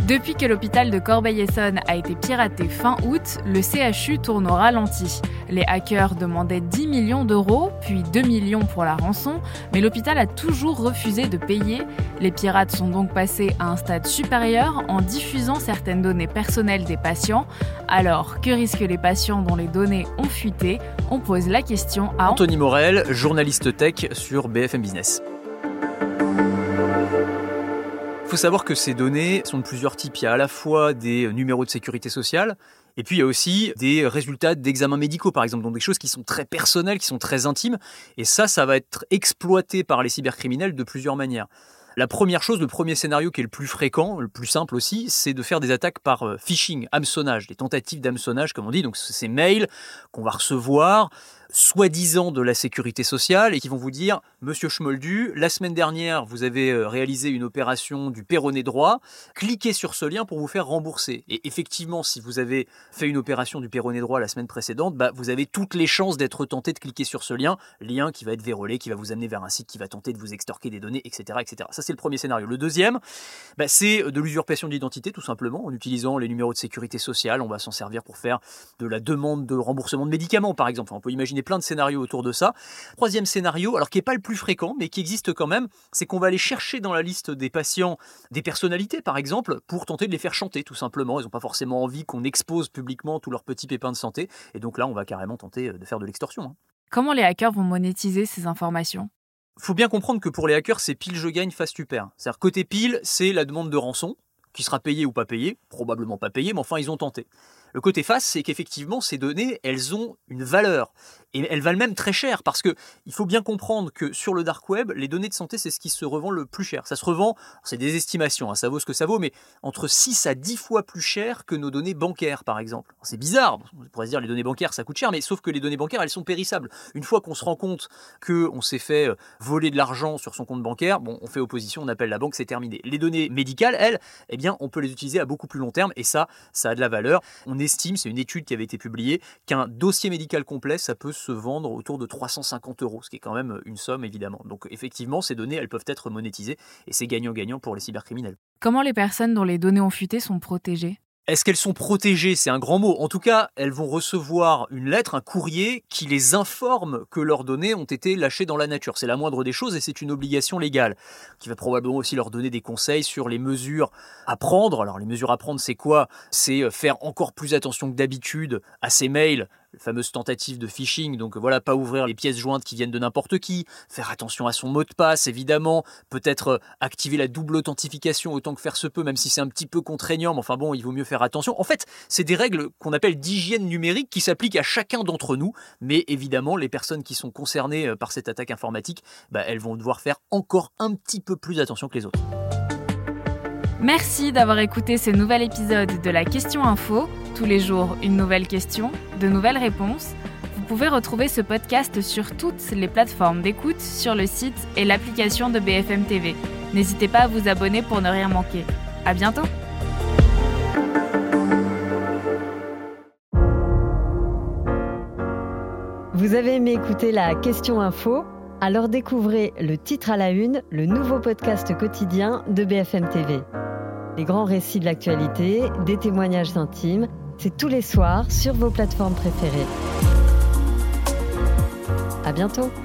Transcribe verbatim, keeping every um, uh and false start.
Depuis que l'hôpital de Corbeil-Essonnes a été piraté fin août, le C H U tourne au ralenti. Les hackers demandaient dix millions d'euros, puis deux millions pour la rançon, mais l'hôpital a toujours refusé de payer. Les pirates sont donc passés à un stade supérieur en diffusant certaines données personnelles des patients. Alors, que risquent les patients dont les données ont fuité ? On pose la question à Anthony Morel, journaliste tech sur B F M Business. Il faut savoir que ces données sont de plusieurs types. Il y a à la fois des numéros de sécurité sociale, et puis il y a aussi des résultats d'examens médicaux, par exemple, donc des choses qui sont très personnelles, qui sont très intimes, et ça, ça va être exploité par les cybercriminels de plusieurs manières. La première chose, le premier scénario qui est le plus fréquent, le plus simple aussi, c'est de faire des attaques par phishing, hameçonnage, des tentatives d'hameçonnage, comme on dit, donc ces mails qu'on va recevoir, soi-disant de la sécurité sociale, et qui vont vous dire « Monsieur Schmoldu, la semaine dernière, vous avez réalisé une opération du péroné droit, cliquez sur ce lien pour vous faire rembourser. » Et effectivement, si vous avez fait une opération du péroné droit la semaine précédente, bah, vous avez toutes les chances d'être tenté de cliquer sur ce lien, lien qui va être vérolé, qui va vous amener vers un site qui va tenter de vous extorquer des données, et cetera et cetera. Ça, c'est le premier scénario. Le deuxième, bah, c'est de l'usurpation d'identité, tout simplement, en utilisant les numéros de sécurité sociale. On va s'en servir pour faire de la demande de remboursement de médicaments, par exemple. Enfin, on peut imaginer plein de scénarios autour de ça. Troisième scénario, alors qui n'est pas le plus fréquent, mais qui existe quand même, c'est qu'on va aller chercher dans la liste des patients des personnalités, par exemple, pour tenter de les faire chanter, tout simplement. Ils n'ont pas forcément envie qu'on expose publiquement tous leurs petits pépins de santé. Et donc là, on va carrément tenter de faire de l'extorsion. Hein. Comment les hackers vont monétiser ces informations ? Il faut bien comprendre que pour les hackers, c'est pile je gagne, face tu perds. C'est-à-dire côté pile, c'est la demande de rançon, qui sera payée ou pas payée, probablement pas payée, mais enfin ils ont tenté. Le côté face, c'est qu'effectivement, ces données, elles ont une valeur. Et elles valent même très cher, parce qu'il faut bien comprendre que sur le dark web, les données de santé, c'est ce qui se revend le plus cher. Ça se revend, c'est des estimations, hein, ça vaut ce que ça vaut, mais entre six à dix fois plus cher que nos données bancaires, par exemple. C'est bizarre, on pourrait se dire les données bancaires, ça coûte cher, mais sauf que les données bancaires, elles sont périssables. Une fois qu'on se rend compte qu'on s'est fait voler de l'argent sur son compte bancaire, bon, on fait opposition, on appelle la banque, c'est terminé. Les données médicales, elles, eh bien, on peut les utiliser à beaucoup plus long terme, et ça, ça a de la valeur. On estime, c'est une étude qui avait été publiée, qu'un dossier médical complet, ça peut se vendre autour de trois cent cinquante euros, ce qui est quand même une somme évidemment. Donc effectivement, ces données, elles peuvent être monétisées et c'est gagnant-gagnant pour les cybercriminels. Comment les personnes dont les données ont fuité sont protégées ? Est-ce qu'elles sont protégées ? C'est un grand mot. En tout cas, elles vont recevoir une lettre, un courrier qui les informe que leurs données ont été lâchées dans la nature. C'est la moindre des choses et c'est une obligation légale qui va probablement aussi leur donner des conseils sur les mesures à prendre. Alors les mesures à prendre, c'est quoi ? C'est faire encore plus attention que d'habitude à ces mails, les fameuses tentatives de phishing, donc voilà, pas ouvrir les pièces jointes qui viennent de n'importe qui, faire attention à son mot de passe évidemment, peut-être activer la double authentification autant que faire se peut, même si c'est un petit peu contraignant, mais enfin bon, il vaut mieux faire attention. En fait, c'est des règles qu'on appelle d'hygiène numérique qui s'appliquent à chacun d'entre nous, mais évidemment, les personnes qui sont concernées par cette attaque informatique, bah, elles vont devoir faire encore un petit peu plus attention que les autres. Merci d'avoir écouté ce nouvel épisode de la Question Info. Tous les jours, une nouvelle question, de nouvelles réponses. Vous pouvez retrouver ce podcast sur toutes les plateformes d'écoute, sur le site et l'application de B F M T V. N'hésitez pas à vous abonner pour ne rien manquer. À bientôt. Vous avez aimé écouter la Question Info ? Alors découvrez le titre à la une, le nouveau podcast quotidien de B F M T V. Les grands récits de l'actualité, des témoignages intimes, c'est tous les soirs sur vos plateformes préférées. À bientôt.